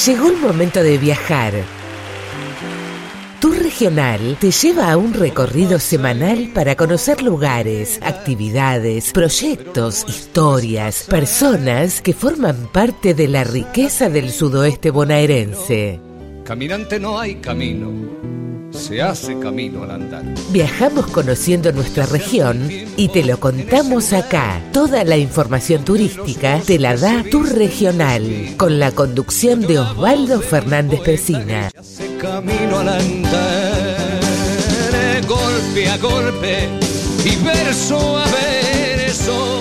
Llegó el momento de viajar. Tour Regional te lleva a un recorrido semanal para conocer lugares, actividades, proyectos, historias, personas que forman parte de la riqueza del sudoeste bonaerense. Caminante no hay camino, se hace camino al andar. Viajamos conociendo nuestra región y te lo contamos acá. Toda la información turística te la da Tour Regional, con la conducción de Osvaldo Fernández Pesina. Se hace camino al andar, golpe a golpe y verso a verso.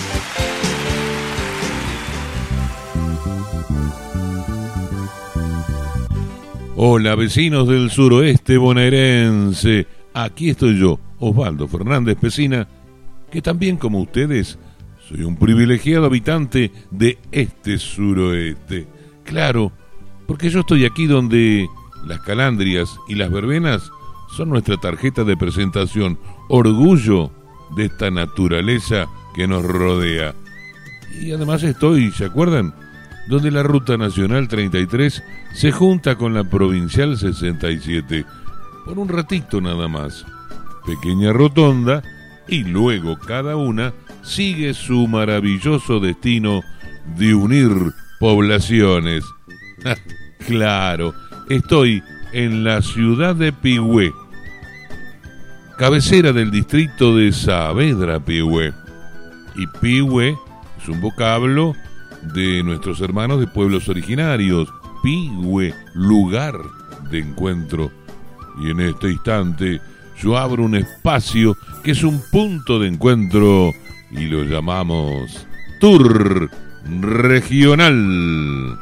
Hola vecinos del suroeste bonaerense, aquí estoy yo, Osvaldo Fernández Pesina, que también como ustedes soy un privilegiado habitante de este suroeste. Claro, porque yo estoy aquí donde las calandrias y las verbenas son nuestra tarjeta de presentación, orgullo de esta naturaleza que nos rodea. Y además estoy, ¿se acuerdan?, donde la Ruta Nacional 33 se junta con la Provincial 67, por un ratito nada más. Pequeña rotonda, y luego cada una sigue su maravilloso destino de unir poblaciones. Claro, estoy en la ciudad de Pigüé, cabecera del distrito de Saavedra Pigüé. Y Pigüé es un vocablo de nuestros hermanos de pueblos originarios. Pigüé, lugar de encuentro. Y en este instante yo abro un espacio que es un punto de encuentro y lo llamamos Tour Regional.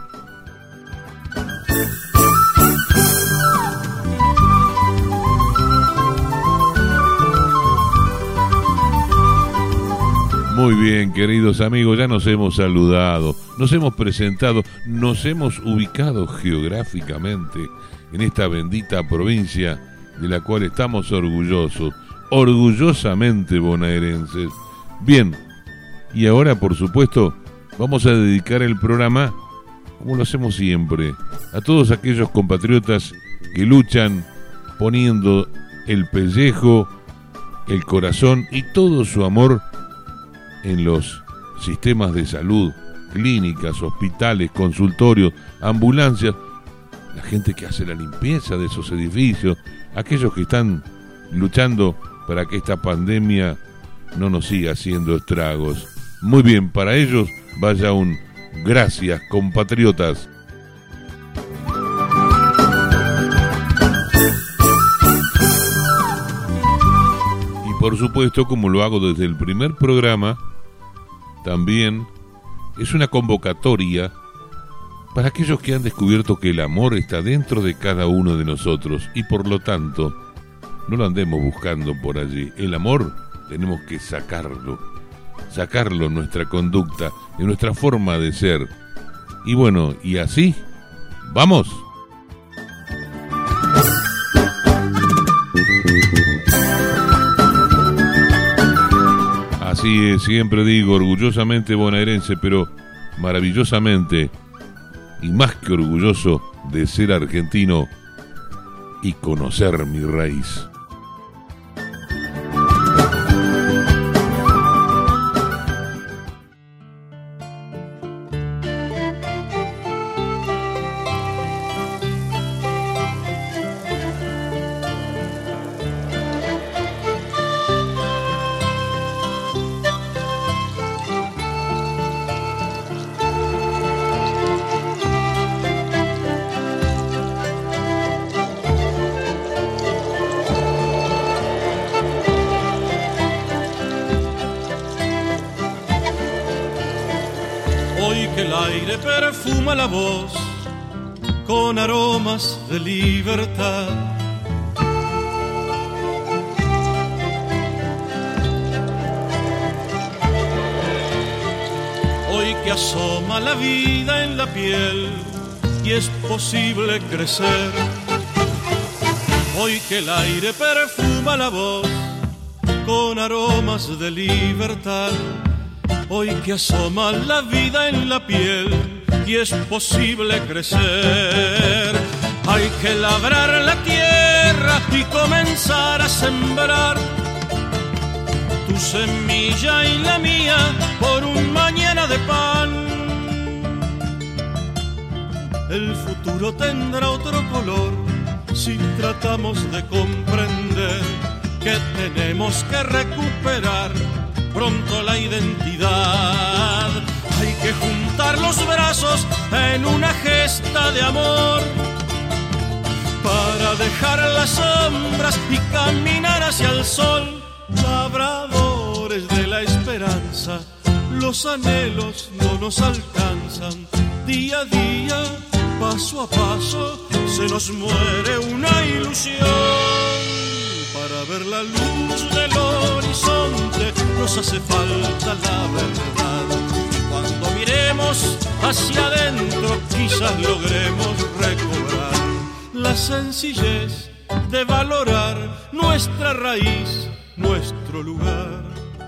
Muy bien, queridos amigos, ya nos hemos saludado, nos hemos presentado, nos hemos ubicado geográficamente en esta bendita provincia de la cual estamos orgullosos, orgullosamente bonaerenses. Bien, y ahora, por supuesto, vamos a dedicar el programa, como lo hacemos siempre, a todos aquellos compatriotas que luchan poniendo el pellejo, el corazón y todo su amor en los sistemas de salud, clínicas, hospitales, consultorios, ambulancias, la gente que hace la limpieza de esos edificios, aquellos que están luchando para que esta pandemia no nos siga haciendo estragos. Muy bien, para ellos vaya un gracias, compatriotas. Y por supuesto, como lo hago desde el primer programa, también es una convocatoria para aquellos que han descubierto que el amor está dentro de cada uno de nosotros y por lo tanto no lo andemos buscando por allí. El amor tenemos que sacarlo en nuestra conducta, en nuestra forma de ser. Y bueno, y así, ¡vamos! Así es, siempre digo, orgullosamente bonaerense, pero maravillosamente y más que orgulloso de ser argentino y conocer mi raíz. Perfuma la voz con aromas de libertad. Hoy que asoma la vida en la piel y es posible crecer. Hoy que el aire perfuma la voz con aromas de libertad. Hoy que asoma la vida en la piel y es posible crecer. Hay que labrar la tierra y comenzar a sembrar tu semilla y la mía por un mañana de pan. El futuro tendrá otro color si tratamos de comprender que tenemos que recuperar pronto la identidad. Hay que juntar los brazos en una gesta de amor para dejar las sombras y caminar hacia el sol. Labradores de la esperanza, los anhelos no nos alcanzan. Día a día, paso a paso, se nos muere una ilusión. Para ver la luz del horizonte nos hace falta la verdad. Cuando miremos hacia adentro quizás logremos recobrar la sencillez de valorar nuestra raíz, nuestro lugar.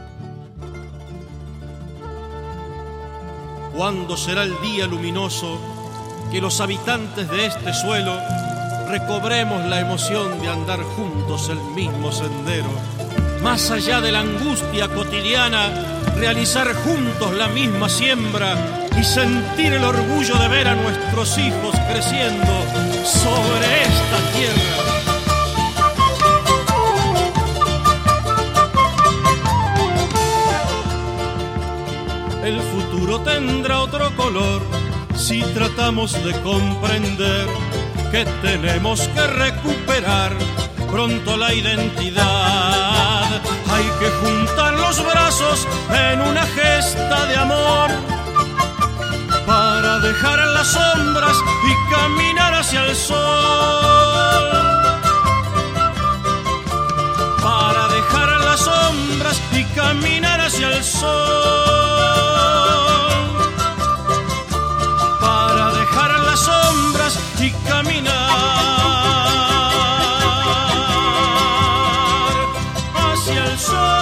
¿Cuándo será el día luminoso que los habitantes de este suelo recobremos la emoción de andar juntos el mismo sendero? Más allá de la angustia cotidiana, realizar juntos la misma siembra y sentir el orgullo de ver a nuestros hijos creciendo sobre esta tierra. El futuro tendrá otro color si tratamos de comprender que tenemos que recuperar pronto la identidad. Hay que juntar los brazos en una gesta de amor para dejar las sombras y caminar hacia el sol. Para dejar las sombras y caminar hacia el sol. Para dejar las sombras y caminar hacia el sol.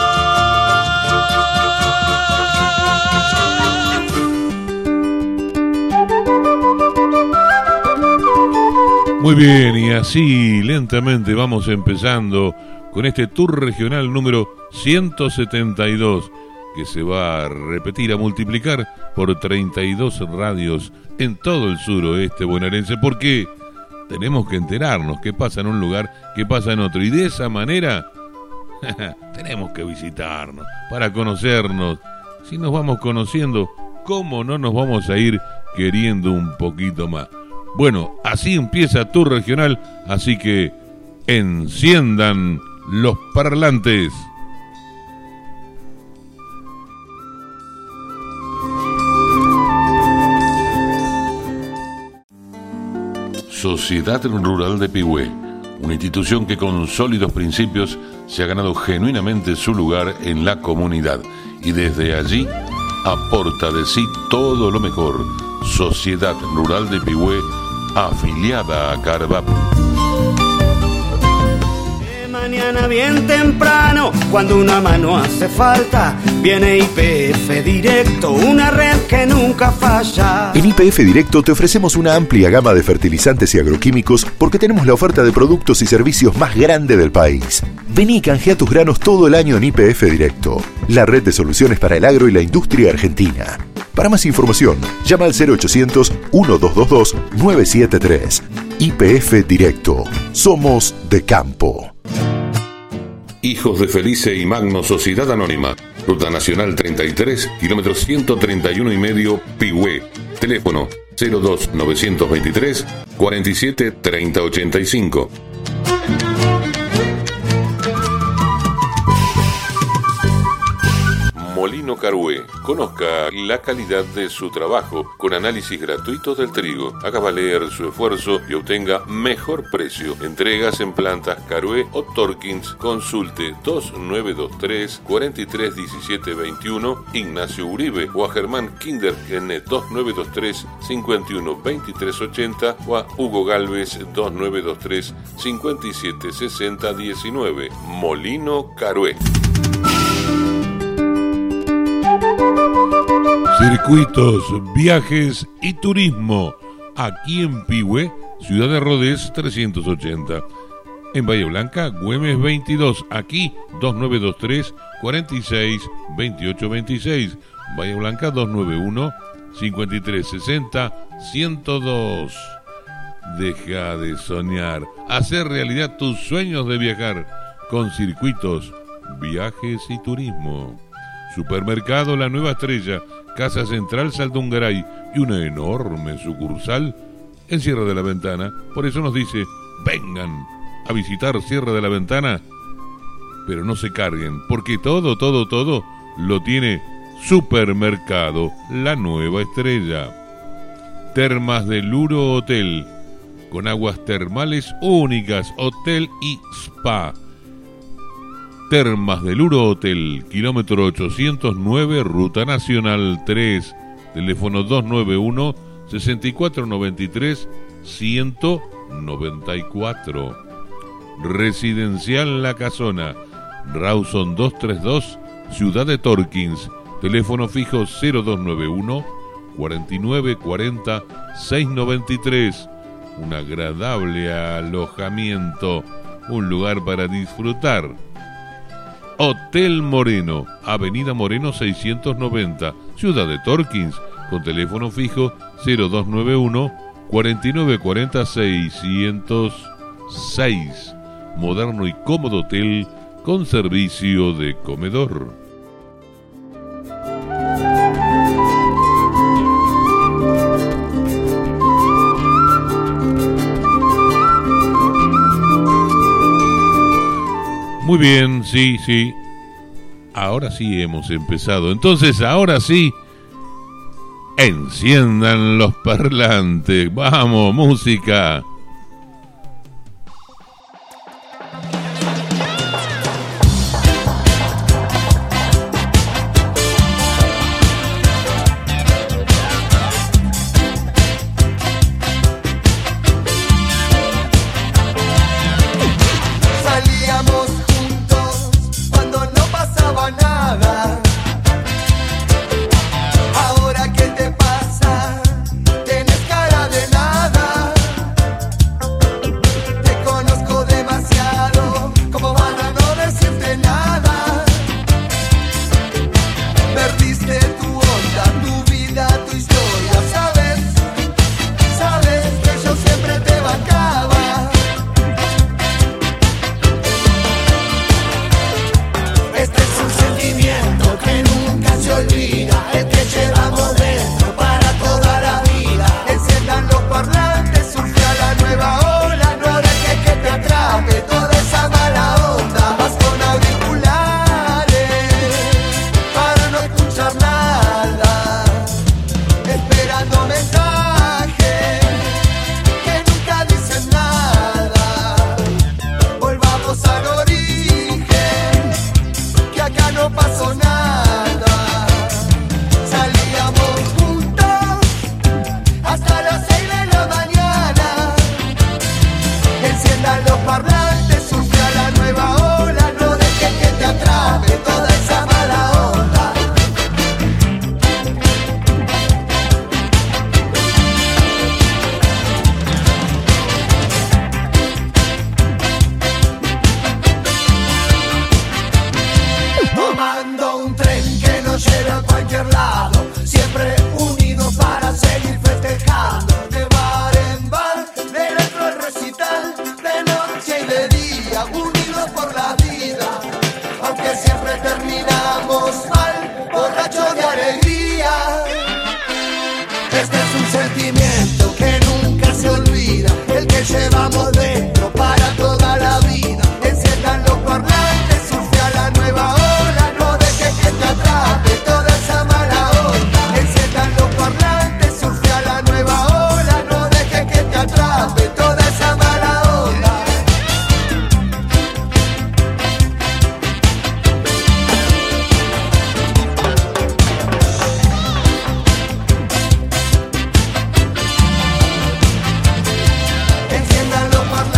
Muy bien, y así lentamente vamos empezando con este tour regional número 172, que se va a repetir, a multiplicar por 32 radios en todo el suroeste bonaerense, porque tenemos que enterarnos qué pasa en un lugar, qué pasa en otro, y de esa manera tenemos que visitarnos para conocernos. Si nos vamos conociendo, ¿cómo no nos vamos a ir queriendo un poquito más? Bueno, así empieza Tour Regional, así que enciendan los parlantes. Sociedad Rural de Pigüé, una institución que con sólidos principios se ha ganado genuinamente su lugar en la comunidad y desde allí aporta de sí todo lo mejor. Sociedad Rural de Pigüé, afiliada a Carvap. Mañana bien temprano, cuando una mano hace falta, viene YPF Directo, una red que nunca falla. En YPF Directo te ofrecemos una amplia gama de fertilizantes y agroquímicos porque tenemos la oferta de productos y servicios más grande del país. Vení y canjea tus granos todo el año en YPF Directo, la red de soluciones para el agro y la industria argentina. Para más información, llama al 0800-1222-973. YPF Directo. Somos de campo. Hijos de Felice y Magno Sociedad Anónima. Ruta Nacional 33, kilómetro 131,5, Pigüé. Teléfono 02-923 47 30 85. Molino Carué. Conozca la calidad de su trabajo con análisis gratuitos del trigo. Haga valer su esfuerzo y obtenga mejor precio. Entregas en plantas Carué o Torkins. Consulte 2923 43 17 21 Ignacio Uribe o a Germán Kinder en 2923 51 23 80 o a Hugo Galvez 2923 57 60 19. Molino Carué. Circuitos, viajes y turismo. Aquí en Pihue, Ciudad de Rodés 380. En Bahía Blanca, Güemes 22. Aquí 2923 46 28 26. Bahía Blanca 291 53 60 102. Deja de soñar. Hacer realidad tus sueños de viajar con Circuitos, viajes y turismo. Supermercado La Nueva Estrella, Casa Central Saldungaray y una enorme sucursal en Sierra de la Ventana. Por eso nos dice, vengan a visitar Sierra de la Ventana, pero no se carguen, porque todo lo tiene Supermercado La Nueva Estrella. Termas del Luro Hotel, con aguas termales únicas, hotel y spa. Termas del Luro Hotel, kilómetro 809, Ruta Nacional 3, teléfono 291-6493-194. Residencial La Casona, Rawson 232, Ciudad de Torkins, teléfono fijo 0291-4940-693. Un agradable alojamiento, un lugar para disfrutar. Hotel Moreno, Avenida Moreno 690, Ciudad de Torkins, con teléfono fijo 0291-4940-606. Moderno y cómodo hotel con servicio de comedor. Muy bien, sí. Ahora sí hemos empezado. Entonces, ahora sí, enciendan los parlantes. Vamos, música. Enciendan los parlantes.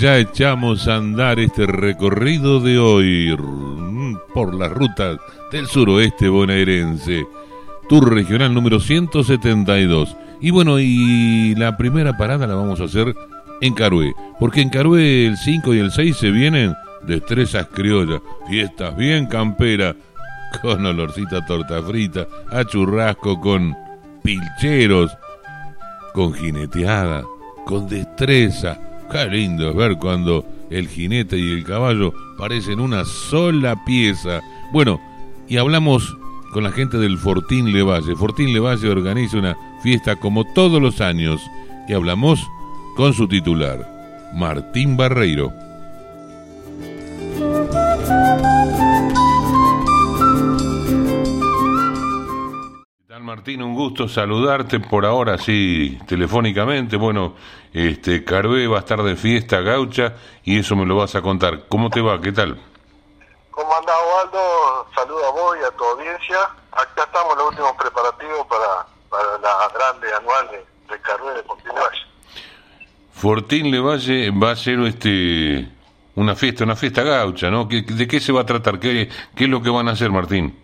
ya echamos a andar este recorrido de hoy por las rutas del suroeste bonaerense. Tour regional número 172. Y bueno, y la primera parada la vamos a hacer en Carué, porque en Carué el 5 y el 6 se vienen destrezas criollas, fiestas bien camperas, con olorcita a torta frita, a churrasco, con pilcheros, con jineteada, con destreza. Qué lindo es ver cuando el jinete y el caballo parecen una sola pieza. Bueno, y hablamos con la gente del Fortín Levalle. Fortín Levalle organiza una fiesta como todos los años y hablamos con su titular, Martín Barreiro. ¿Qué tal, Martín? Un gusto saludarte por ahora, sí, telefónicamente. Bueno, Carué va a estar de fiesta gaucha y eso me lo vas a contar. ¿Cómo te va? ¿Qué tal? ¿Cómo andás, Osvaldo? Saludo a vos y a tu audiencia. Acá estamos los últimos preparativos para la grande anual de Carué de Fortín Levalle. Fortín Levalle va a ser una fiesta gaucha, ¿no? ¿De qué se va a tratar? ¿Qué es lo que van a hacer, Martín?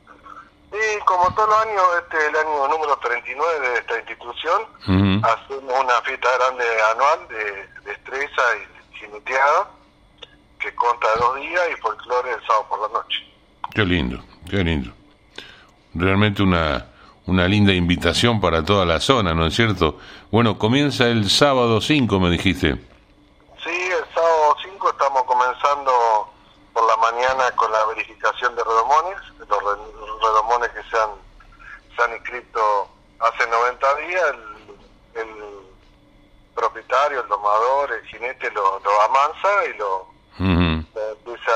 Y como todos los años, este es el año número 39 de esta institución. Uh-huh. Hacemos una fiesta grande anual de destreza y jineteada, que consta de 2 días y folclore el sábado por la noche. Qué lindo, qué lindo. Realmente una linda invitación para toda la zona, ¿no es cierto? Bueno, comienza el sábado 5, me dijiste. Sí, el sábado 5 estamos comenzando por la mañana con la verificación de redomones, los redomones que se han inscrito hace 90 días. El propietario, el domador, el jinete lo amansa y lo empieza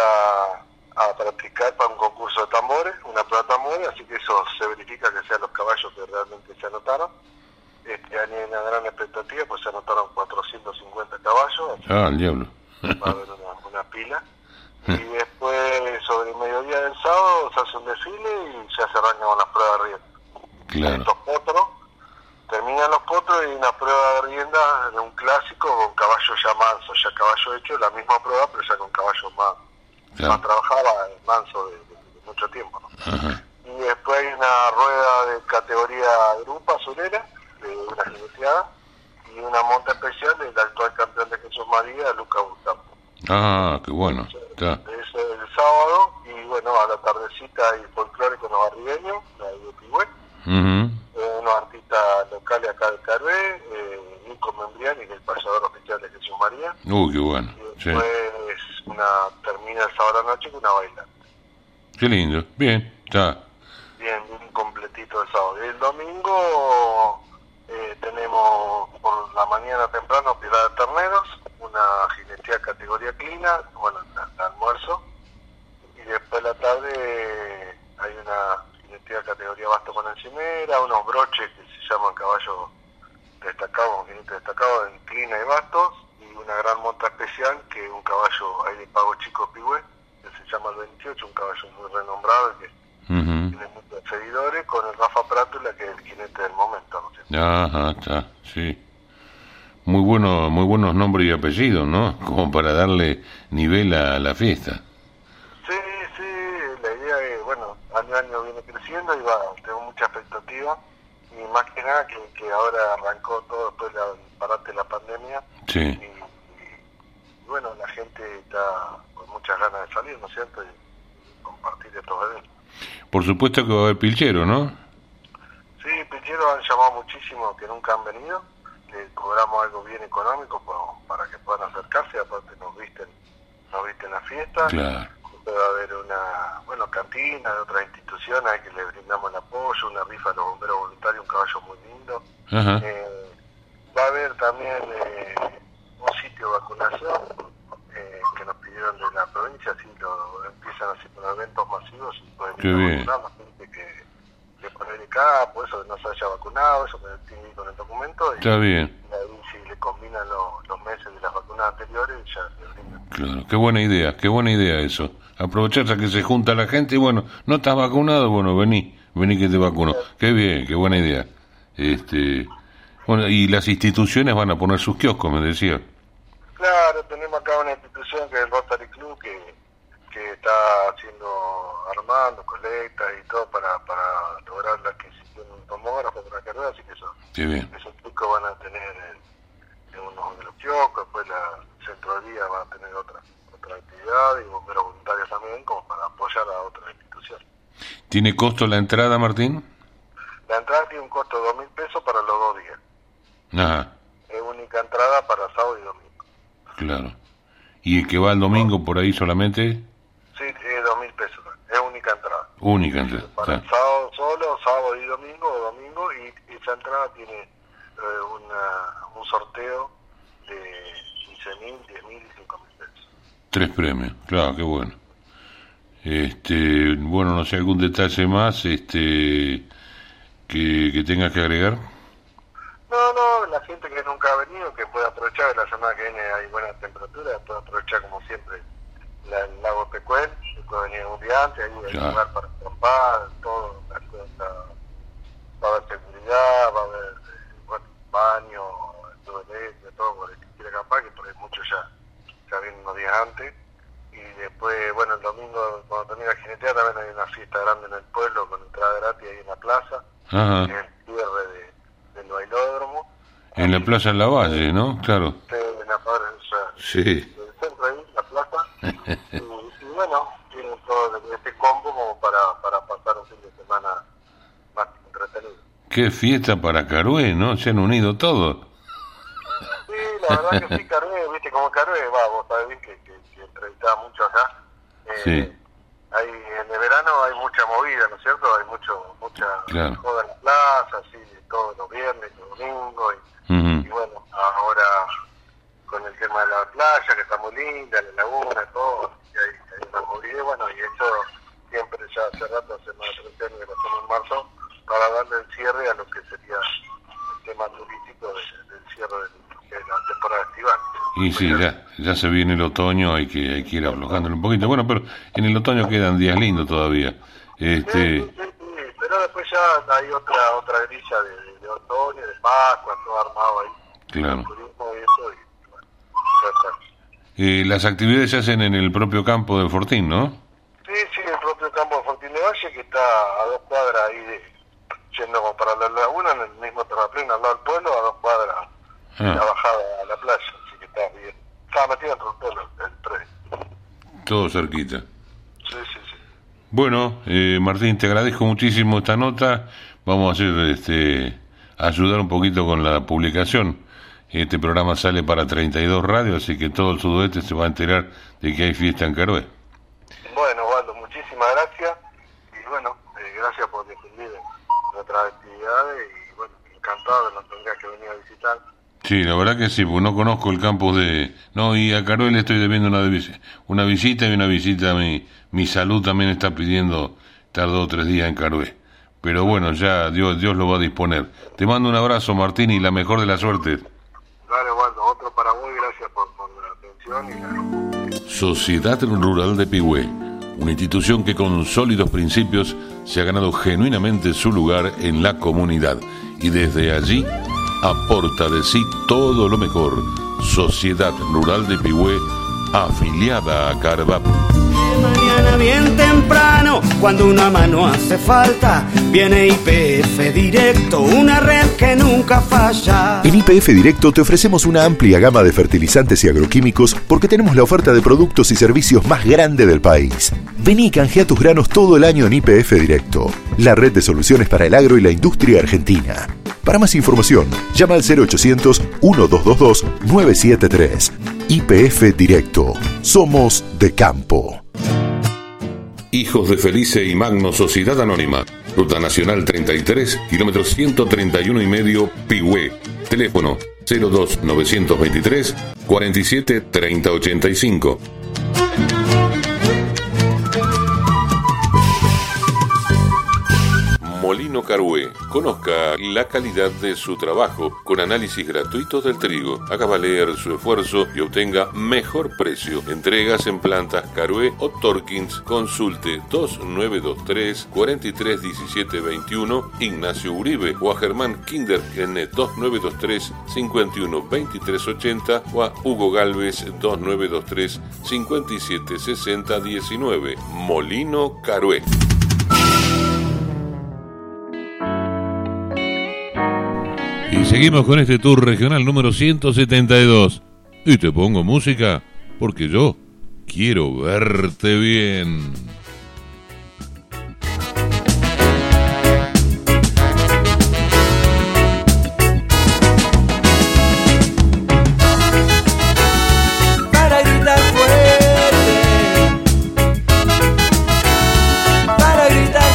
a practicar para un concurso de tambores, una prueba de tambores, así que eso se verifica que sean los caballos que realmente se anotaron. Este año hay una gran expectativa, pues se anotaron 450 caballos. Ah, el diablo. Va a haber una pila. Y después, sobre el mediodía del sábado, se hace un desfile y ya se arrancan con las pruebas de rienda. Claro. Estos potros, terminan los potros y una prueba de rienda de un clásico con caballo ya manso, ya caballo hecho, la misma prueba, pero ya con caballo más trabajaba, manso de mucho tiempo, ¿no? Ajá. Y después hay una rueda de categoría grupa azulera, de una jineteada, y una monta especial del actual campeón de Jesús María, Lucas Gustavo. Ah, qué bueno. Está. Eso es el sábado, y bueno, a la tardecita hay folclore con los arribeños, la de Pigüé, unos artistas locales acá de Carué, Nico Membriani, que es el payador oficial de Jesús María. Qué bueno. Y después termina el sábado a la noche con una bailanta. Qué lindo. Bien, está. Bien completito el sábado. Y el domingo tenemos por la mañana temprano Piedad de Terneros, una jineteada categoría clina, bueno, el almuerzo, y después de la tarde hay una jineteada categoría basto con encimera, unos broches que se llaman caballos destacados, jinetes destacados en clina y bastos, y una gran monta especial que es un caballo ahí de Pago Chico Pigüé, que se llama el 28, un caballo muy renombrado y que tiene muchos seguidores, con el Rafa Prátula, que es el jinete del momento, ¿no sé? Ajá, está, sí. Muy buenos nombres y apellidos, ¿no? Como para darle nivel a la fiesta. Sí, la idea es, bueno, año a año viene creciendo y tengo mucha expectativa, y más que nada que ahora arrancó todo después del parate de la pandemia. Sí. Y bueno, la gente está con muchas ganas de salir, ¿no es cierto? Y compartir estos eventos. Por supuesto que va a haber pilchero, ¿no? Sí, pilcheros han llamado muchísimo que nunca han venido. Le cobramos algo bien económico para que puedan acercarse, aparte nos visten la fiesta. Claro. Va a haber una cantina de otras instituciones, hay que le brindamos el apoyo, una rifa a los bomberos voluntarios, un caballo muy lindo. Ajá. Va a haber también un sitio de vacunación que nos pidieron de la provincia, así empiezan así con eventos masivos y pueden ir a vacunar, gente que poner el capo, eso que no se haya vacunado, eso que tiene que ir con el documento. Está bien. Y ahí si le combinan los meses de las vacunas anteriores, ya le brindan. Claro, qué buena idea eso. Aprovechar a que se junta la gente y bueno, ¿no estás vacunado? Bueno, vení que te vacuno. Qué bien, qué buena idea. Bueno, y las instituciones van a poner sus kioscos, me decía. Claro, tenemos acá una institución que es el Rotary Club que está armando colectas y todo para lograr la adquisición de un tomógrafo para Carué, así que esos chicos van a tener en uno de los kioscos, después la centralía va a tener otra actividad y bomberos voluntarios también, como para apoyar a otra institución. ¿Tiene costo la entrada, Martín? La entrada tiene un costo de $2.000 para los 2 días. Ajá. Es única entrada para sábado y domingo. Claro. ¿Y el que va el domingo por ahí solamente? Sí, es $2.000. Es única entrada. Única entrada. Para el sábado solo, sábado y domingo, y esa entrada tiene un sorteo de 15.000, 10.000 y 5.000 pesos. 3 premios, claro, qué bueno. Bueno, no sé, algún detalle más que tengas que agregar. No, la gente que nunca ha venido, que puede aprovechar, la semana que viene hay buena temperatura, puede aprovechar como siempre el lago Pecuel, se puede venir un día antes, ahí hay lugar para acampar, todo, va a haber seguridad, va a haber baño, de todo por el que quiere acampar, que por ahí muchos ya vienen unos días antes. Y después, el domingo, cuando termina la jinetea, también hay una fiesta grande en el pueblo con entrada gratis ahí en la plaza. Ajá. Que es el cierre del bailódromo. En la Plaza en la Valle, ¿no? Claro. Sí, en la plaza, sí. El centro ahí, la plaza. y bueno, tienen todo este combo como para pasar un fin de semana más entretenido. Qué fiesta para Carué, ¿no? Se han unido todos. Sí, la verdad que sí, Carué, viste, como Carué, vos sabés bien que entrevistaba mucho acá. Sí. En el verano hay mucha movida, ¿no es cierto? Hay mucha joda en la plaza, así, todos los viernes, los domingos, y bueno, ahora con el tema de la playa, que está muy linda, la laguna, todo, y hay una movida, bueno, y eso siempre ya hace rato, hace más de 30 años que lo hacemos en marzo, para darle el cierre a lo que sería el tema turístico del cierre de la temporada estival. Y sí, ya se viene el otoño, hay que ir aflojándolo un poquito. Bueno, pero en el otoño quedan días lindos todavía. Sí, pero después ya hay otra grilla de otoño, de Pascua, todo armado ahí. Claro. El turismo y eso, y bueno, ya está. Las actividades se hacen en el propio campo de Fortín, ¿no? Sí, el propio campo de Fortín de Valle, que está a 2 cuadras ahí, yendo como para la laguna, en el mismo terraplén, al lado del pueblo, a 2 cuadras, la bajada a la playa, así que está bien. Estaba metido dentro del pueblo, el predio. Todo cerquita. Sí. Bueno, Martín, te agradezco muchísimo esta nota. Vamos a hacer, ayudar un poquito con la publicación. Este programa sale para 32 radios, así que todo el sudoeste se va a enterar de que hay fiesta en Carué. Bueno, Waldo, muchísimas gracias. Y bueno, gracias por difundir nuestras actividades. Y bueno, encantado de nos tendrías que venir a visitar. Sí, la verdad que sí, porque no conozco el campus de... No, y a Carué le estoy debiendo una visita y una visita a mi salud también está pidiendo estar 2 o 3 días en Carué. Pero bueno, ya Dios lo va a disponer. Te mando un abrazo, Martín, y la mejor de la suerte. Dale, Waldo, otro para vos y gracias por la atención. Sociedad Rural de Pigüé, una institución que con sólidos principios se ha ganado genuinamente su lugar en la comunidad y desde allí aporta de sí todo lo mejor. Sociedad Rural de Pigüé, afiliada a Carvap. Mañana bien temprano, cuando una mano hace falta, viene YPF Directo, una red que nunca falla. En YPF Directo te ofrecemos una amplia gama de fertilizantes y agroquímicos porque tenemos la oferta de productos y servicios más grande del país. Vení y canjea tus granos todo el año en YPF Directo, la red de soluciones para el agro y la industria argentina. Para más información, llama al 0800-1222-973. YPF Directo. Somos de campo. Hijos de Felice y Magno Sociedad Anónima. Ruta Nacional 33, kilómetro 131,5, Pigüé. Teléfono 02-923 47 30 85. Molino Carué. Conozca la calidad de su trabajo con análisis gratuitos del trigo. Haga valer su esfuerzo y obtenga mejor precio. Entregas en plantas Carué o Torkins. Consulte 2923 43 17 21 Ignacio Uribe o a Germán Kinder en 2923 51 23 80 o a Hugo Galvez 2923 57 60 19. Molino Carué. Y seguimos con este tour regional número 172. Y te pongo música porque yo quiero verte bien. Para gritar fuerte, para gritar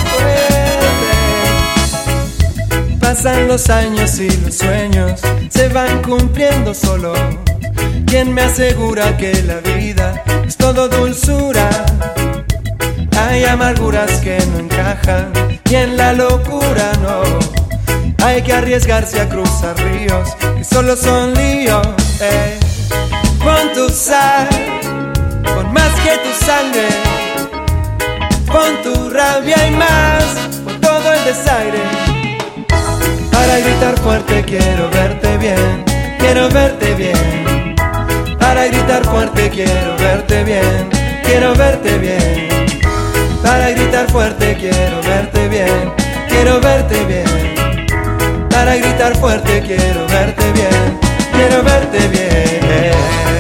fuerte. Pasan los años y los sueños se van cumpliendo solo. ¿Quién me asegura que la vida es todo dulzura? Hay amarguras que no encajan y en la locura no. Hay que arriesgarse a cruzar ríos que solo son líos. Pon tu sal, pon más que tu sangre, pon tu rabia y más, pon todo el desaire. Para gritar fuerte quiero verte bien, quiero verte bien. Para gritar fuerte quiero verte bien, quiero verte bien. Para gritar fuerte quiero verte bien, quiero verte bien. Para gritar fuerte quiero verte bien, quiero verte bien.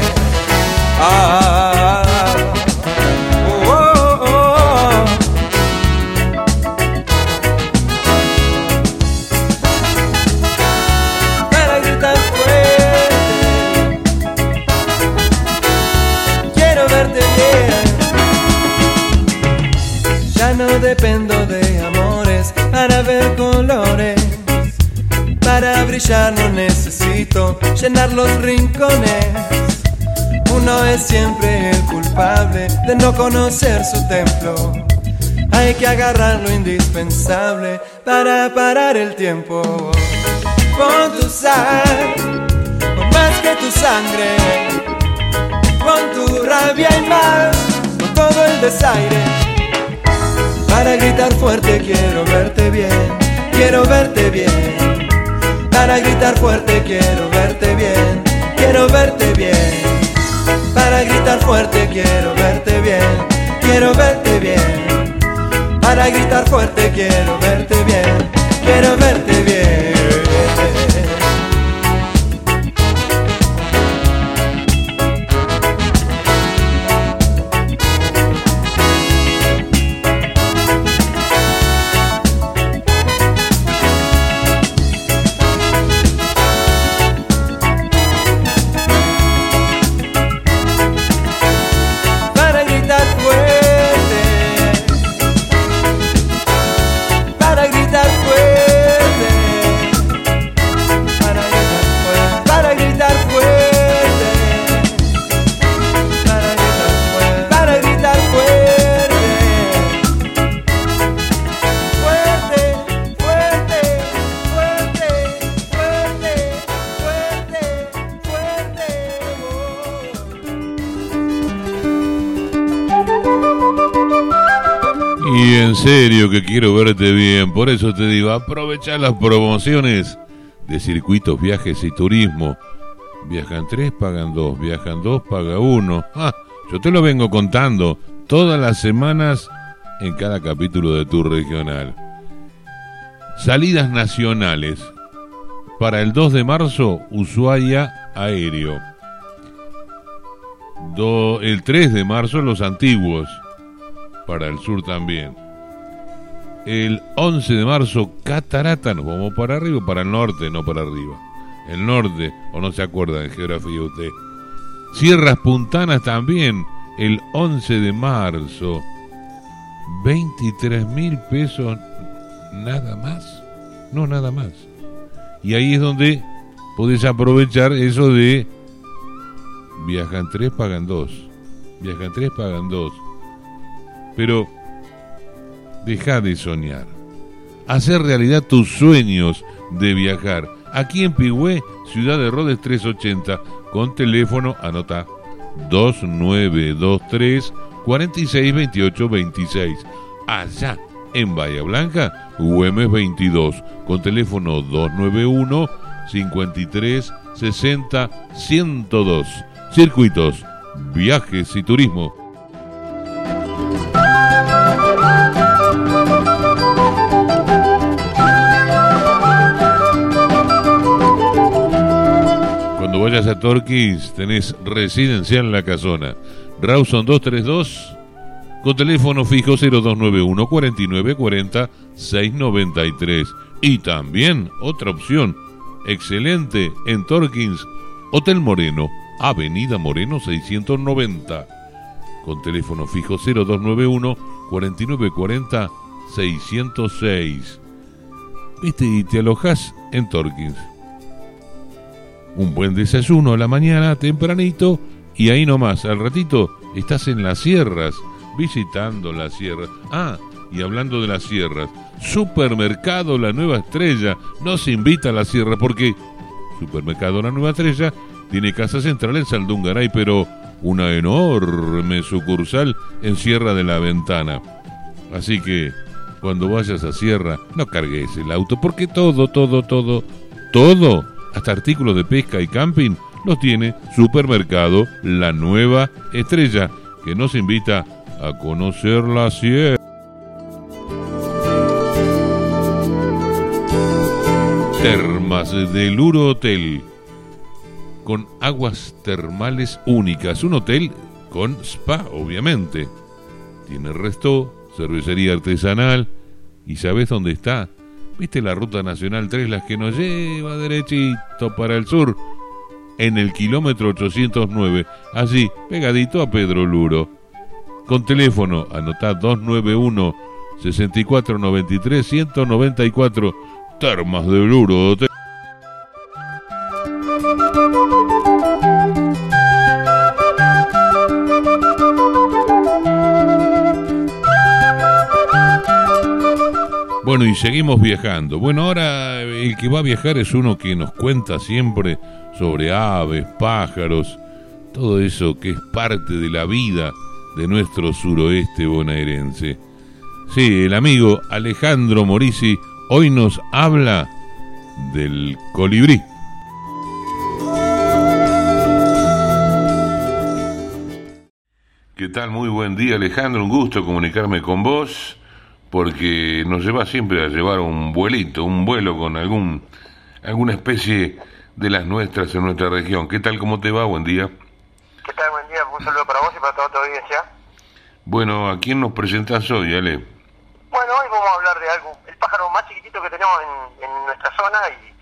Para gritar fuerte quiero verte bien. Ya no dependo de amores para ver colores. Para brillar no necesito llenar los rincones. Uno es siempre el culpable de no conocer su templo. Hay que agarrar lo indispensable para parar el tiempo. Pon tu sal, pon más que tu sangre, pon tu rabia y más, con todo el desaire. Para gritar fuerte quiero verte bien, quiero verte bien. Para gritar fuerte quiero verte bien, quiero verte bien. Para gritar fuerte quiero verte bien, quiero verte bien. Para gritar fuerte quiero verte bien, quiero verte bien. Y en serio que quiero verte bien, por eso te digo, aprovecha las promociones de Circuitos Viajes y Turismo. Viajan 3, pagan 2, viajan 2, paga 1. Yo te lo vengo contando todas las semanas en cada capítulo de Tour Regional. Salidas nacionales. Para el 2 de marzo, Ushuaia Aéreo. El 3 de marzo, Los Antiguos. Para el sur también. El 11 de marzo, Catarata. Nos vamos para arriba, para el norte, no para arriba. El norte, o no se acuerda de geografía usted. Sierras Puntanas también, el 11 de marzo. 23.000 pesos, nada más. No, nada más. Y ahí es donde podés aprovechar eso de viajan 3, pagan 2. Viajan 3, pagan 2. Pero deja de soñar. hacer realidad tus sueños de viajar. Aquí en Pigüé, Ciudad de Rodez 380, con teléfono, anota, 2923 462826. Allá en Bahía Blanca, Güemes 22, con teléfono 291 53 60 102. Circuitos, viajes y turismo. Cuando vayas a Torquís, tenés Residencial La Casona, Rawson 232, con teléfono fijo 0291 49 40 693. Y también otra opción excelente en Torquís, Hotel Moreno, Avenida Moreno 690, con teléfono fijo 0291 49 40 606. Viste, y te alojás en Torquís. Un buen desayuno a la mañana, tempranito, y ahí nomás, al ratito, estás en las sierras, visitando las sierras. Ah, y hablando de las sierras, Supermercado La Nueva Estrella nos invita a la sierra, porque Supermercado La Nueva Estrella tiene casa central en Saldungaray, pero una enorme sucursal en Sierra de la Ventana. Así que, cuando vayas a Sierra, no cargues el auto, porque todo, hasta artículos de pesca y camping, los tiene Supermercado La Nueva Estrella, que nos invita a conocer la sierra. Termas del Uro Hotel, con aguas termales únicas. Un hotel con spa, obviamente. Tiene resto, cervecería artesanal. ¿Y sabés dónde está? ¿Viste la Ruta Nacional 3, la que nos lleva derechito para el sur? En el kilómetro 809, allí, pegadito a Pedro Luro. Con teléfono, anotá 291 6493 194, Termas del Uro Hotel. Bueno, y seguimos viajando. Bueno, ahora el que va a viajar es uno que nos cuenta siempre sobre aves, pájaros, todo eso que es parte de la vida de nuestro suroeste bonaerense. Sí, el amigo Alejandro Morisi hoy nos habla del colibrí. ¿Qué tal? Muy buen día, Alejandro. Un gusto comunicarme con vos, porque nos lleva siempre a llevar un vuelo con alguna especie de las nuestras en nuestra región. ¿Qué tal? ¿Cómo te va? Buen día. ¿Qué tal? Buen día. Un saludo para vos y para toda tu audiencia. Bueno, ¿a quién nos presentás hoy, Ale? Bueno, hoy vamos a hablar de algo, el pájaro más chiquitito que tenemos en nuestra zona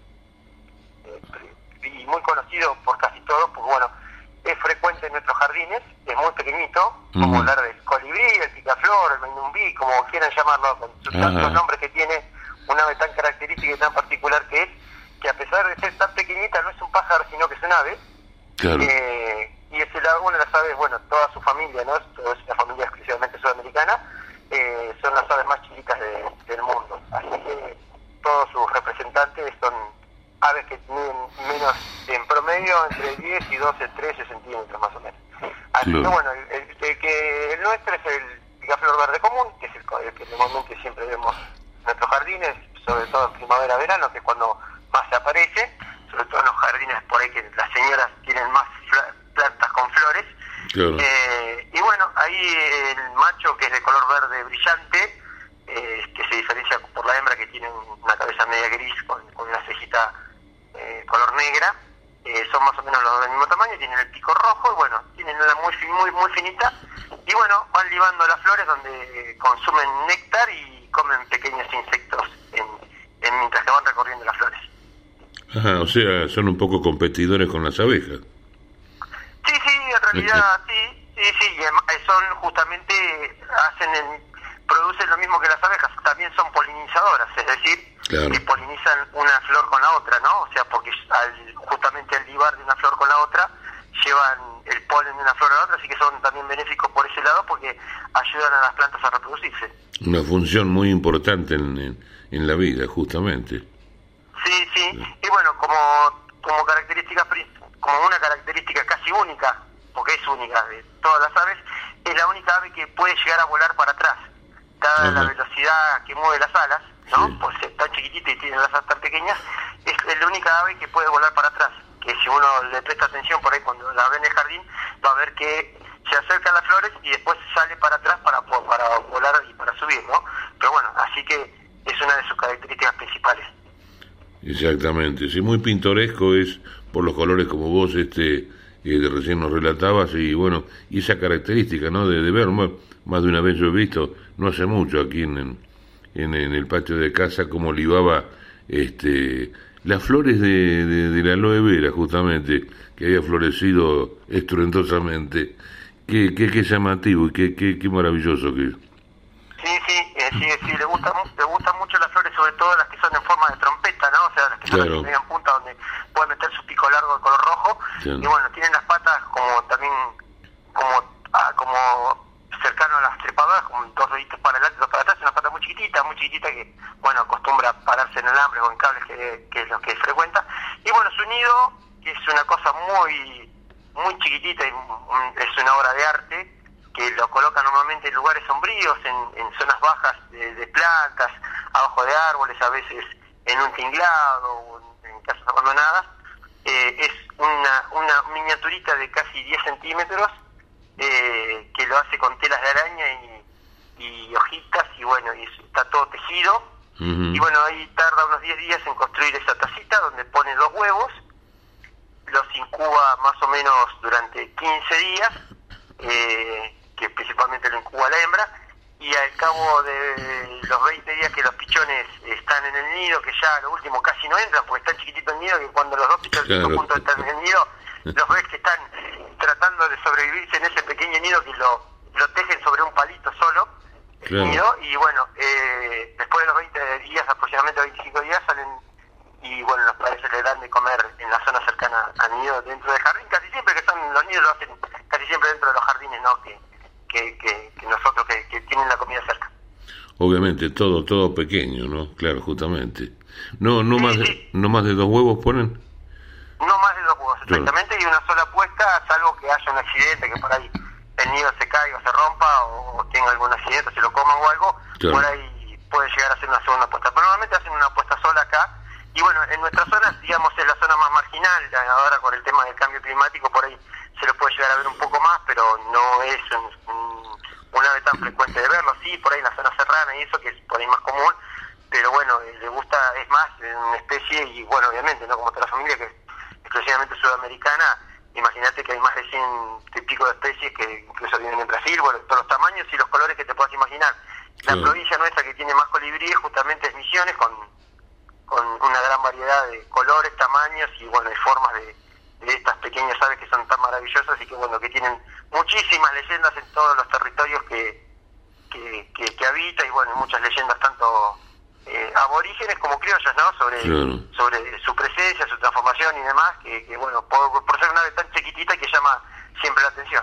y muy conocido por casi todos, porque bueno, es frecuente en nuestros jardines, es muy pequeñito. Vamos a hablar del colibrí, el picaflor, el mainumbí, como quieran llamarlo, con sus tantos nombres que tiene, un ave tan característica y tan particular que es, que a pesar de ser tan pequeñita no es un pájaro, sino que es un ave. Claro. Y es una de las aves, bueno, toda su familia, ¿no? Es una familia exclusivamente sudamericana, son las aves más chiquitas del mundo. Así que todos sus representantes son aves que tienen menos, en promedio, entre 10 y 12, 13 centímetros más o menos. Así que bueno, el nuestro es el picaflor verde común, que es el que normalmente siempre vemos en nuestros jardines, sobre todo en primavera-verano, que es cuando más se aparece, sobre todo en los jardines por ahí que las señoras tienen más plantas con flores. Claro. Y bueno, ahí el macho, que es de color verde brillante, que se diferencia por la hembra, que tiene una cabeza media gris con una cejita color negra, son más o menos los dos del mismo tamaño, tienen el pico rojo y bueno, tienen una muy finita, y bueno, van libando las flores donde consumen néctar y comen pequeños insectos mientras que van recorriendo las flores. Ajá, o sea, son un poco competidores con las abejas. Sí, en realidad sí, y además son justamente, producen lo mismo que las abejas, también son polinizadoras, es decir, claro, que polinizan una flor con la otra, ¿no? O sea, porque justamente al libar de una flor con la otra, llevan el polen de una flor a la otra, así que son también benéficos por ese lado, porque ayudan a las plantas a reproducirse. Una función muy importante en la vida, justamente. Sí, y bueno, como característica, como una característica casi única, porque es única de todas las aves, es la única ave que puede llegar a volar para atrás, dada la velocidad que mueve las alas, ¿no? Sí. Por ser tan chiquitita y tiene las alas tan pequeñas, es la única ave que puede volar para atrás, que si uno le presta atención por ahí cuando la ve en el jardín, va a ver que se acerca a las flores y después sale para atrás para volar y para subir, ¿no? Pero bueno, así que es una de sus características principales. Exactamente, sí, muy pintoresco es por los colores como vos recién nos relatabas, y bueno, y esa característica, ¿no? De ver, más de una vez yo he visto, no hace mucho aquí en el patio de casa, como libaba las flores de la aloe vera, justamente, que había florecido estruendosamente. Qué llamativo y qué maravilloso que es. Sí, le gustan mucho las flores, sobre todo las que son en forma de trompeta, ¿no? O sea, las que son en media punta, donde pueden meter su pico largo de color rojo. Claro. Y bueno, tienen las patas como cercano a las trepadoras, como dos deditos para adelante y dos para atrás, una pata muy chiquitita que, bueno, acostumbra a pararse en alambres o en cables, que es lo que frecuenta. Y bueno, su nido, que es una cosa muy chiquitita y es una obra de arte, que lo coloca normalmente en lugares sombríos, en zonas bajas de plantas, abajo de árboles, a veces en un tinglado o en casas abandonadas. Es una miniaturita de casi 10 centímetros que lo hace con telas de araña y hojitas, y bueno, y está todo tejido. Uh-huh. Y bueno, ahí tarda unos 10 días en construir esa tacita donde pone 2 huevos, los incuba más o menos durante 15 días, que principalmente lo incuba la hembra, y al cabo de los 20 días que los pichones están en el nido, que ya a lo último casi no entran porque está chiquitito el nido, que cuando los dos pichones juntos están en el nido, los ves que están tratando de sobrevivirse en ese pequeño nido que lo tejen sobre un palito solo, el nido, y bueno, después de los 20 días, aproximadamente 25 días, salen, y bueno, los padres se les dan de comer en la zona cercana al nido dentro del jardín, casi siempre que son los nidos lo hacen casi siempre dentro de los jardines, ¿no? Que nosotros que tienen la comida cerca. Obviamente todo pequeño, ¿no? Claro, justamente. No más de 2 huevos ponen. No más de 2 huevos, exactamente, claro. Y una sola puesta, salvo que haya un accidente, que por ahí el nido se caiga o se rompa, o tenga algún accidente, se lo coman o algo, claro. Por ahí puede llegar a hacer una segunda puesta. Pero normalmente hacen una puesta sola acá. Y bueno, en nuestra zona, digamos, es la zona más marginal, ahora con el tema del cambio climático, por ahí se lo puede llegar a ver un poco más, pero no es un ave tan frecuente de verlo, sí, por ahí en la zona serrana y eso, que es por ahí más común, pero bueno, le gusta, es más, una especie, y bueno, obviamente, ¿no? Como toda la familia que es exclusivamente sudamericana, imagínate que hay más de 100 y pico de especies que incluso viven en Brasil, bueno, todos los tamaños y los colores que te puedas imaginar. La provincia nuestra que tiene más colibríes justamente es Misiones, con una gran variedad de colores, tamaños y bueno, y formas de estas pequeñas aves que son tan maravillosas y que bueno, que tienen muchísimas leyendas en todos los territorios que habita, y bueno, muchas leyendas tanto aborígenes como criollas, ¿no? Sobre su presencia, su transformación y demás, que bueno, por ser una ave tan chiquitita que llama siempre la atención.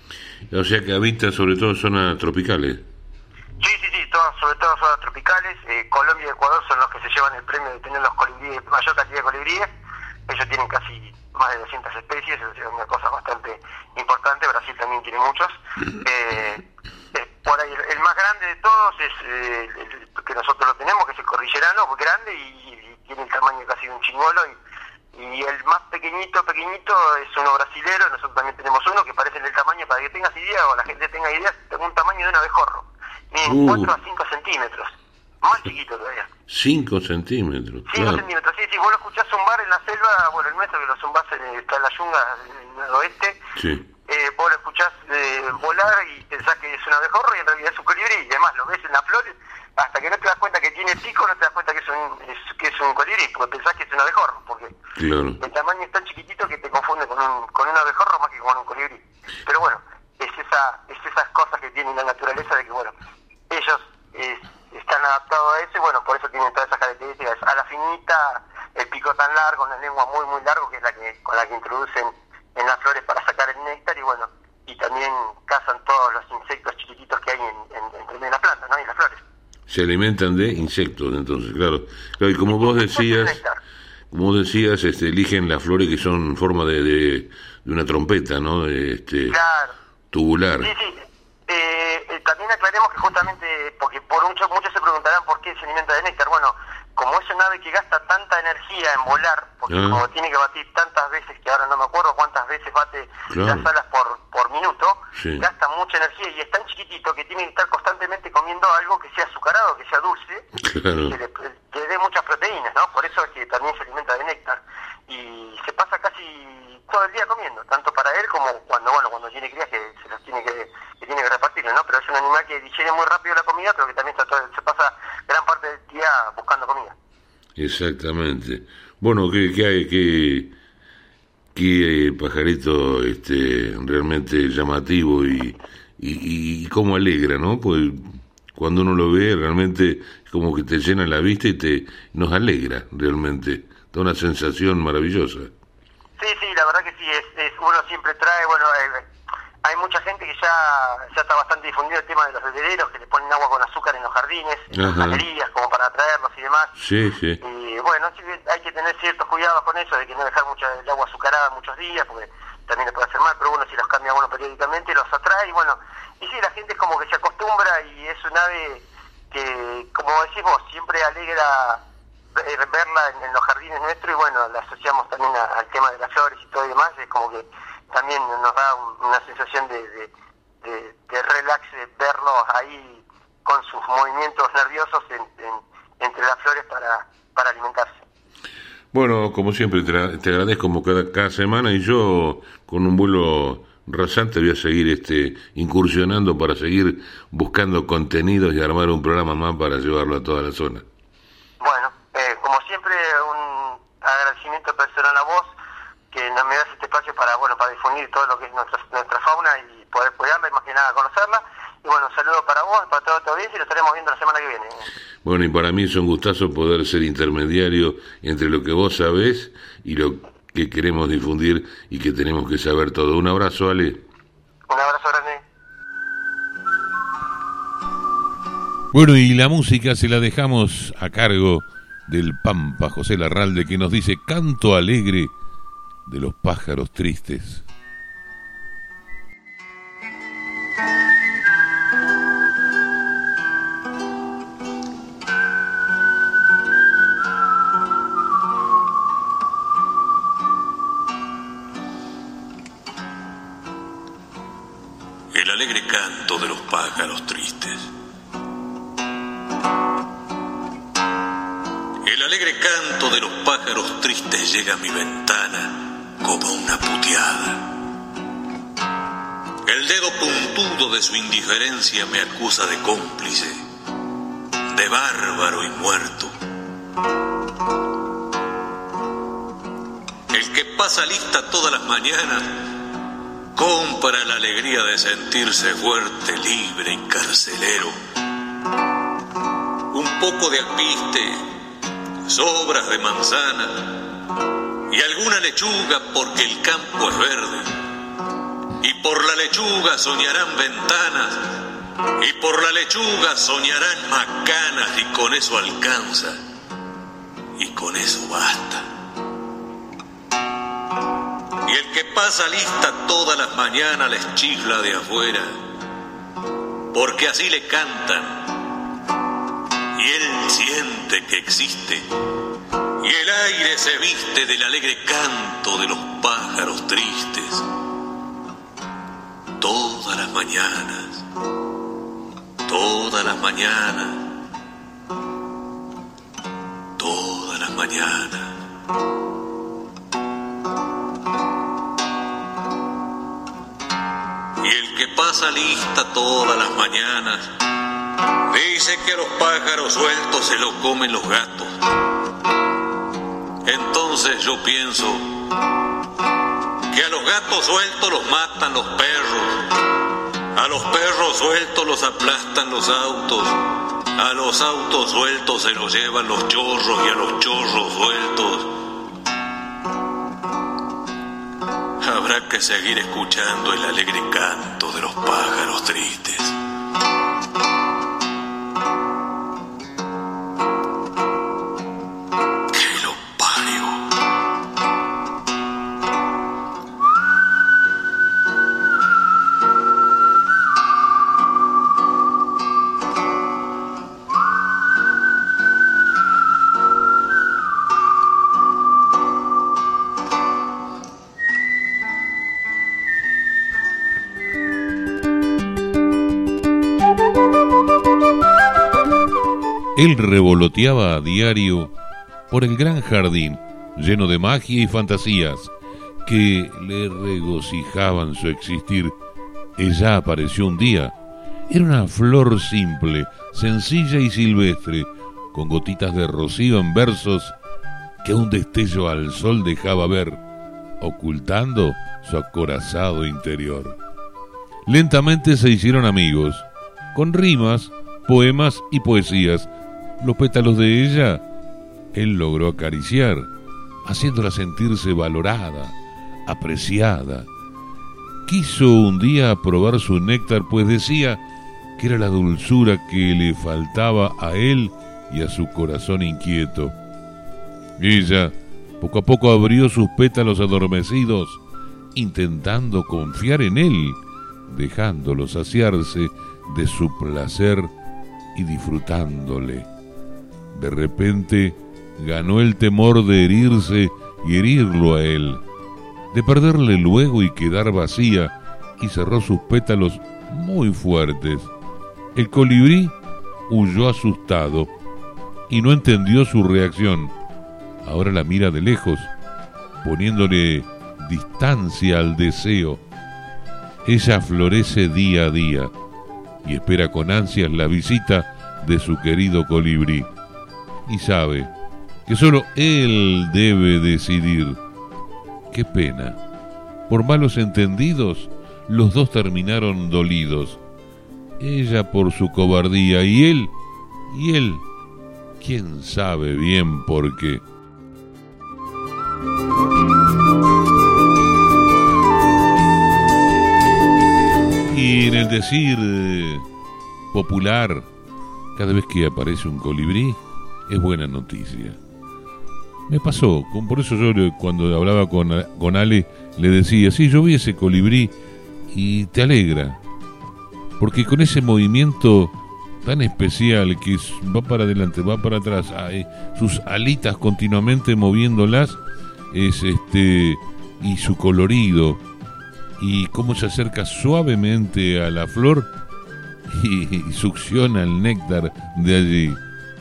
O sea que habita sobre todo zonas tropicales. Sí, sobre todo zonas tropicales. Colombia y Ecuador son los que se llevan el premio de tener los colibríes, mayor cantidad de colibríes. Ellos tienen casi más de 200 especies, es una cosa bastante importante. Brasil también tiene muchos. Por ahí el más grande de todos es el que nosotros lo tenemos, que es el cordillerano, muy grande y tiene el tamaño casi de un chingolo. Y el más pequeñito es uno brasilero. Nosotros también tenemos uno que parece en el tamaño, para que tengas idea o la gente tenga idea, tengo un tamaño de un abejorro. Miden 4 a 5 centímetros, más chiquito todavía. 5 centímetros, 5 claro. centímetros, sí, vos lo escuchás zumbar en la selva, bueno, el nuestro que lo zumbás está en la yunga, en el oeste, sí. Vos lo escuchás volar y pensás que es un abejorro y en realidad es un colibrí, y además lo ves en la flor, hasta que no te das cuenta que tiene pico, no te das cuenta que es un colibrí, porque pensás que es un abejorro, porque claro. El tamaño es tan chiquitito que te confunde con un abejorro más que con un colibrí. Pero bueno, es esas cosas que tiene la naturaleza de que, bueno, ellos están adaptados a eso y bueno, por eso tienen todas esas características. A la finita, el pico tan largo, una lengua muy muy largo, que es con la que introducen en las flores para sacar el néctar, y bueno, y también cazan todos los insectos chiquititos que hay entre medio de las plantas, ¿no? Y las flores. Se alimentan de insectos, entonces, claro. Y como vos decías, eligen las flores que son en forma de una trompeta, ¿no? Claro. Tubular. Sí. También aclaremos que justamente, porque muchos se preguntarán por qué se alimenta de néctar. Bueno, como es una ave que gasta tanta energía en volar, porque como tiene que batir tantas veces, que ahora no me acuerdo cuántas veces bate las alas por minuto, gasta mucha energía y es tan chiquitito que tiene que estar constantemente comiendo algo que sea azucarado, que sea dulce, que le dé muchas proteínas, ¿no? Por eso es que también se alimenta de néctar. Y se pasa casi todo el día comiendo, tanto para él como cuando tiene crías que se los tiene que repartirlo, ¿no? Pero es un animal que digiere muy rápido la comida, pero que también se pasa gran parte del día buscando comida. Exactamente. Bueno, ¿qué pajarito realmente llamativo y cómo alegra, ¿no? Pues cuando uno lo ve realmente como que te llena la vista y nos alegra realmente. Da una sensación maravillosa. Sí, la verdad que sí, uno siempre trae, hay mucha gente que ya está bastante difundido el tema de los bebederos, que le ponen agua con azúcar en los jardines, en las galerías, como para atraerlos y demás. Sí. Y bueno, sí, hay que tener ciertos cuidados con eso, de que no dejar el agua azucarada muchos días, porque también le puede hacer mal, pero si los cambia periódicamente, los atrae, y sí, la gente es como que se acostumbra, y es un ave que, como decís vos, siempre alegra verla en los jardines nuestros, y la asociamos también al tema de las flores y todo y demás. Es como que también nos da una sensación de relax, verlos ahí con sus movimientos nerviosos entre las flores para alimentarse. Bueno, como siempre te agradezco como cada semana, y yo con un vuelo rasante voy a seguir incursionando para seguir buscando contenidos y armar un programa más para llevarlo a toda la zona. Bueno, como siempre, un agradecimiento personal a vos, que me das este espacio para difundir todo lo que es nuestra fauna y poder cuidarla y más que nada conocerla. Y un saludo para vos, para toda tu audiencia, y lo estaremos viendo la semana que viene. Bueno, y para mí es un gustazo poder ser intermediario entre lo que vos sabés y lo que queremos difundir y que tenemos que saber todo. Un abrazo, Ale. Un abrazo grande. Bueno, y la música se la dejamos a cargo del Pampa José Larralde, que nos dice Canto alegre de los pájaros tristes. El alegre canto de los pájaros tristes. El alegre canto de los pájaros tristes llega a mi ventana como una puteada. El dedo puntudo de su indiferencia me acusa de cómplice, de bárbaro y muerto. El que pasa lista todas las mañanas compra la alegría de sentirse fuerte, libre y carcelero. Un poco de alpiste, sobras de manzana y alguna lechuga porque el campo es verde. Y por la lechuga soñarán ventanas, y por la lechuga soñarán macanas, y con eso alcanza, y con eso basta. Y el que pasa lista todas las mañanas les chifla de afuera, porque así le cantan, y él siente que existe, y el aire se viste del alegre canto de los pájaros tristes. Todas las mañanas, todas las mañanas, todas las mañanas. Y el que pasa lista todas las mañanas dice que a los pájaros sueltos se lo comen los gatos. Entonces yo pienso que a los gatos sueltos los matan los perros, a los perros sueltos los aplastan los autos, a los autos sueltos se los llevan los chorros y a los chorros sueltos habrá que seguir escuchando el alegre canto de los pájaros tristes. Él revoloteaba a diario por el gran jardín, lleno de magia y fantasías que le regocijaban su existir. Ella apareció un día. Era una flor simple, sencilla y silvestre, con gotitas de rocío en versos que un destello al sol dejaba ver, ocultando su acorazado interior. Lentamente se hicieron amigos, con rimas, poemas y poesías. Los pétalos de ella él logró acariciar, haciéndola sentirse valorada, apreciada. Quiso un día probar su néctar, pues decía que era la dulzura que le faltaba a él y a su corazón inquieto. Ella poco a poco abrió sus pétalos adormecidos, intentando confiar en él, dejándolo saciarse de su placer y disfrutándole. De repente ganó el temor de herirse y herirlo a él, de perderle luego y quedar vacía, y cerró sus pétalos muy fuertes. El colibrí huyó asustado y no entendió su reacción. Ahora la mira de lejos, poniéndole distancia al deseo. Ella florece día a día y espera con ansias la visita de su querido colibrí. Y sabe que solo él debe decidir. Qué pena. Por malos entendidos, los dos terminaron dolidos. Ella por su cobardía y él, quién sabe bien por qué. Y en el decir popular, cada vez que aparece un colibrí, es buena noticia. Me pasó, por eso yo cuando hablaba con Ale, le decía, sí, yo vi ese colibrí y te alegra. Porque con ese movimiento tan especial que va para adelante, va para atrás, sus alitas continuamente moviéndolas, y su colorido, y cómo se acerca suavemente a la flor y succiona el néctar de allí.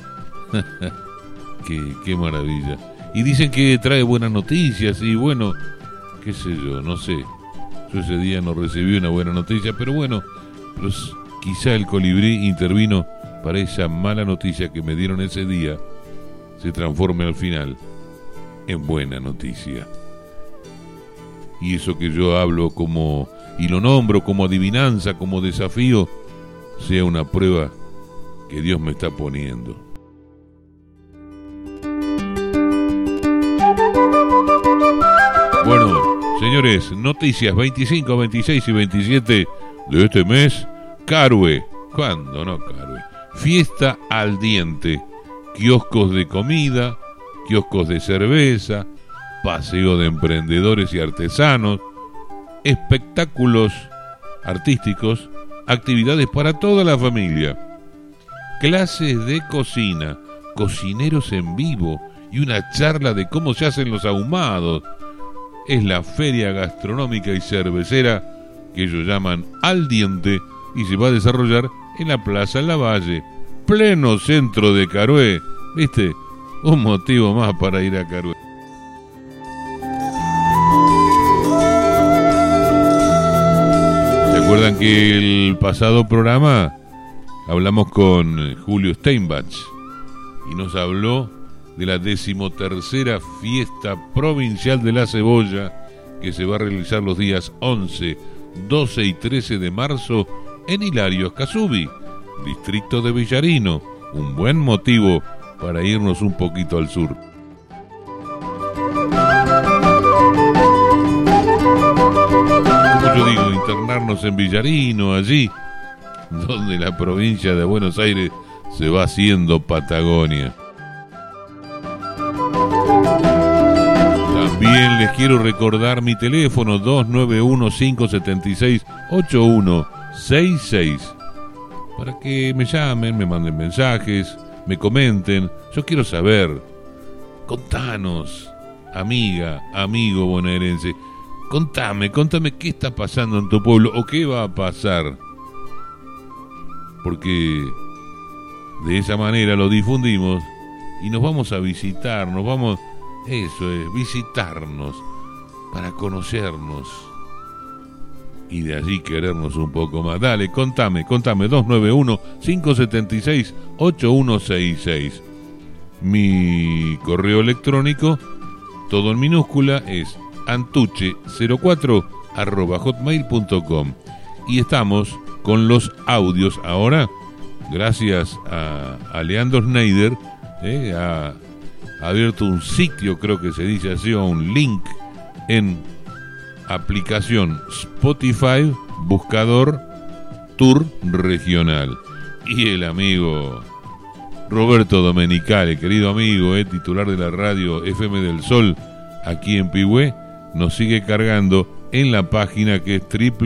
qué maravilla. Y dicen que trae buenas noticias, y bueno, qué sé yo, no sé. Yo ese día no recibí una buena noticia, pero bueno, pues quizá el colibrí intervino para esa mala noticia que me dieron ese día se transforme al final en buena noticia. Y eso que yo hablo como, y lo nombro como adivinanza, como desafío, sea una prueba que Dios me está poniendo. Bueno, señores, noticias 25, 26 y 27 de este mes. Carue, ¿cuándo no Carue? Fiesta al diente, kioscos de comida, kioscos de cerveza, paseo de emprendedores y artesanos, espectáculos artísticos, actividades para toda la familia, clases de cocina, cocineros en vivo y una charla de cómo se hacen los ahumados. Es la feria gastronómica y cervecera que ellos llaman Al Diente y se va a desarrollar en la Plaza Lavalle, pleno centro de Carué. ¿Viste? Un motivo más para ir a Carué. ¿Se acuerdan que el pasado programa hablamos con Julio Steinbach y nos habló de la 13ª fiesta provincial de la cebolla que se va a realizar los días 11, 12 y 13 de marzo en Hilario Escasubi, distrito de Villarino? Un buen motivo para irnos un poquito al sur. Como yo digo, internarnos en Villarino, allí donde la provincia de Buenos Aires se va haciendo Patagonia. También les quiero recordar mi teléfono 291-576-8166 para que me llamen, me manden mensajes, me comenten. Yo quiero saber, contanos, amiga, amigo bonaerense, contame qué está pasando en tu pueblo o qué va a pasar, porque de esa manera lo difundimos y nos vamos a visitar, eso es, visitarnos para conocernos y de allí querernos un poco más. Dale, contame, 291-576-8166. Mi correo electrónico, todo en minúscula, es antuche04@hotmail.com. Y estamos con los audios ahora, gracias a Leandro Schneider, ha abierto un sitio, creo que se dice así, o un link en aplicación Spotify, buscador Tour Regional. Y el amigo Roberto Domenicali, querido amigo, titular de la radio FM del Sol, aquí en Pigüé, nos sigue cargando en la página que es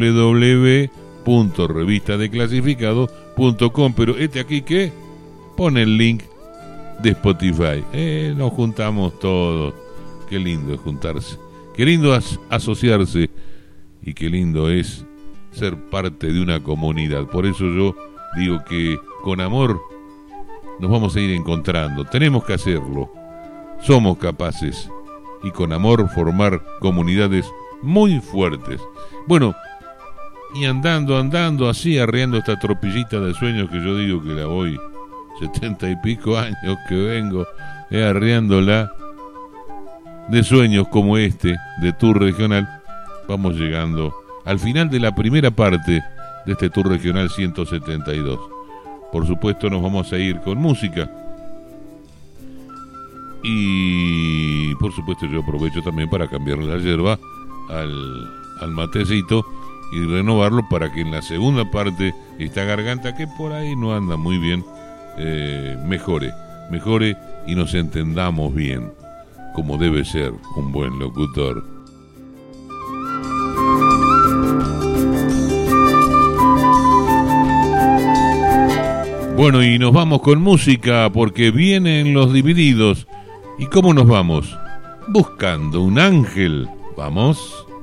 www.revistadeclasificado.com. Pero aquí que pone el link de Spotify. Nos juntamos todos. Qué lindo es juntarse. Qué lindo es asociarse. Y qué lindo es ser parte de una comunidad. Por eso yo digo que con amor nos vamos a ir encontrando. Tenemos que hacerlo. Somos capaces. Y con amor formar comunidades muy fuertes. Bueno, y andando así, arreando esta tropillita de sueños que yo digo que la voy 70 y pico años que vengo arreándola, de sueños como este de Tour Regional, vamos llegando al final de la primera parte de este Tour Regional 172. Por supuesto nos vamos a ir con música. Y por supuesto yo aprovecho también para cambiarle la yerba al matecito y renovarlo para que en la segunda parte esta garganta que por ahí no anda muy bien mejore y nos entendamos bien como debe ser un buen locutor. Bueno, y nos vamos con música porque vienen los Divididos. ¿Y cómo nos vamos? Buscando un ángel. ¿Vamos?